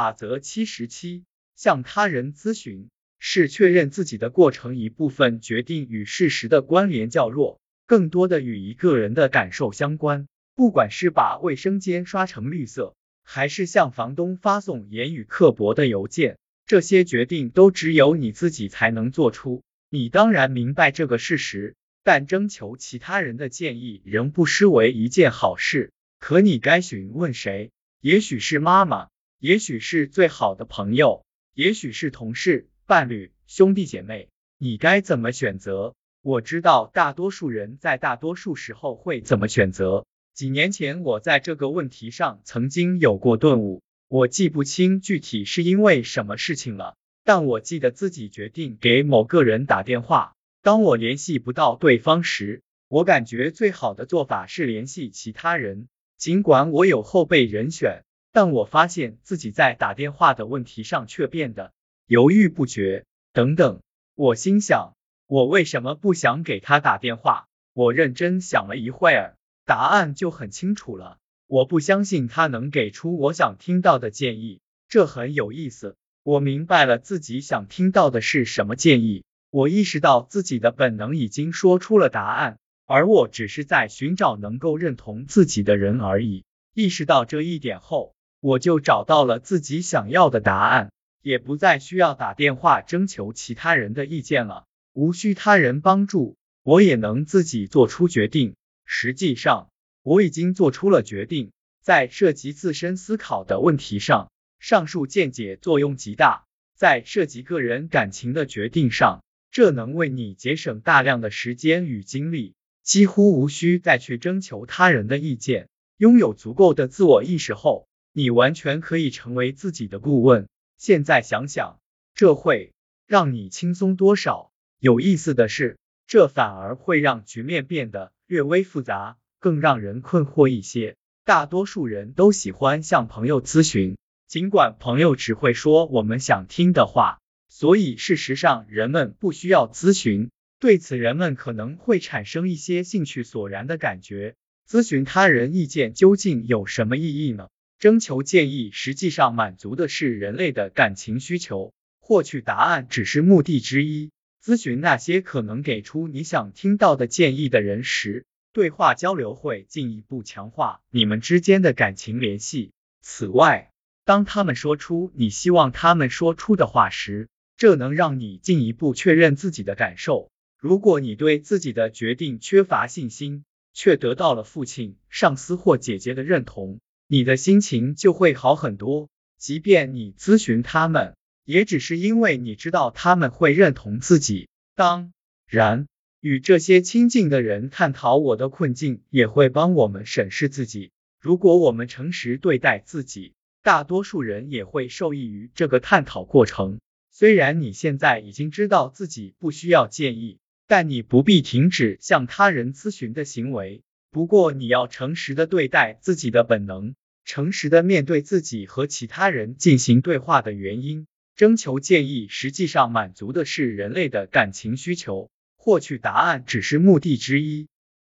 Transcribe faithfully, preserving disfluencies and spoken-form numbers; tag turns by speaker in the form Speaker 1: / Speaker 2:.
Speaker 1: 法则七十七，向他人咨询是确认自己的过程一部分，决定与事实的关联较弱，更多的与一个人的感受相关。不管是把卫生间刷成绿色，还是向房东发送言语刻薄的邮件，这些决定都只有你自己才能做出。你当然明白这个事实，但征求其他人的建议仍不失为一件好事。可你该询问谁？也许是妈妈，也许是最好的朋友，也许是同事、伴侣、兄弟姐妹。你该怎么选择？我知道大多数人在大多数时候会怎么选择。几年前我在这个问题上曾经有过顿悟，我记不清具体是因为什么事情了，但我记得自己决定给某个人打电话。当我联系不到对方时，我感觉最好的做法是联系其他人。尽管我有后备人选，但我发现自己在打电话的问题上却变得犹豫不决。等等，我心想，我为什么不想给他打电话？我认真想了一会儿，答案就很清楚了。我不相信他能给出我想听到的建议。这很有意思，我明白了自己想听到的是什么建议。我意识到自己的本能已经说出了答案，而我只是在寻找能够认同自己的人而已。意识到这一点后，我就找到了自己想要的答案，也不再需要打电话征求其他人的意见了。无需他人帮助，我也能自己做出决定。实际上，我已经做出了决定。在涉及自身思考的问题上，上述见解作用极大。在涉及个人感情的决定上，这能为你节省大量的时间与精力，几乎无需再去征求他人的意见。拥有足够的自我意识后，你完全可以成为自己的顾问。现在想想，这会让你轻松多少？有意思的是，这反而会让局面变得略微复杂，更让人困惑一些。大多数人都喜欢向朋友咨询，尽管朋友只会说我们想听的话。所以事实上人们不需要咨询，对此人们可能会产生一些兴趣索然的感觉。咨询他人意见究竟有什么意义呢？征求建议实际上满足的是人类的感情需求，获取答案只是目的之一。咨询那些可能给出你想听到的建议的人时，对话交流会进一步强化你们之间的感情联系。此外，当他们说出你希望他们说出的话时，这能让你进一步确认自己的感受。如果你对自己的决定缺乏信心，却得到了父亲、上司或姐姐的认同，你的心情就会好很多。即便你咨询他们，也只是因为你知道他们会认同自己。当然，与这些亲近的人探讨我的困境，也会帮我们审视自己。如果我们诚实对待自己，大多数人也会受益于这个探讨过程。虽然你现在已经知道自己不需要建议，但你不必停止向他人咨询的行为。不过你要诚实的对待自己的本能，诚实的面对自己和其他人进行对话的原因。征求建议实际上满足的是人类的感情需求，获取答案只是目的之一。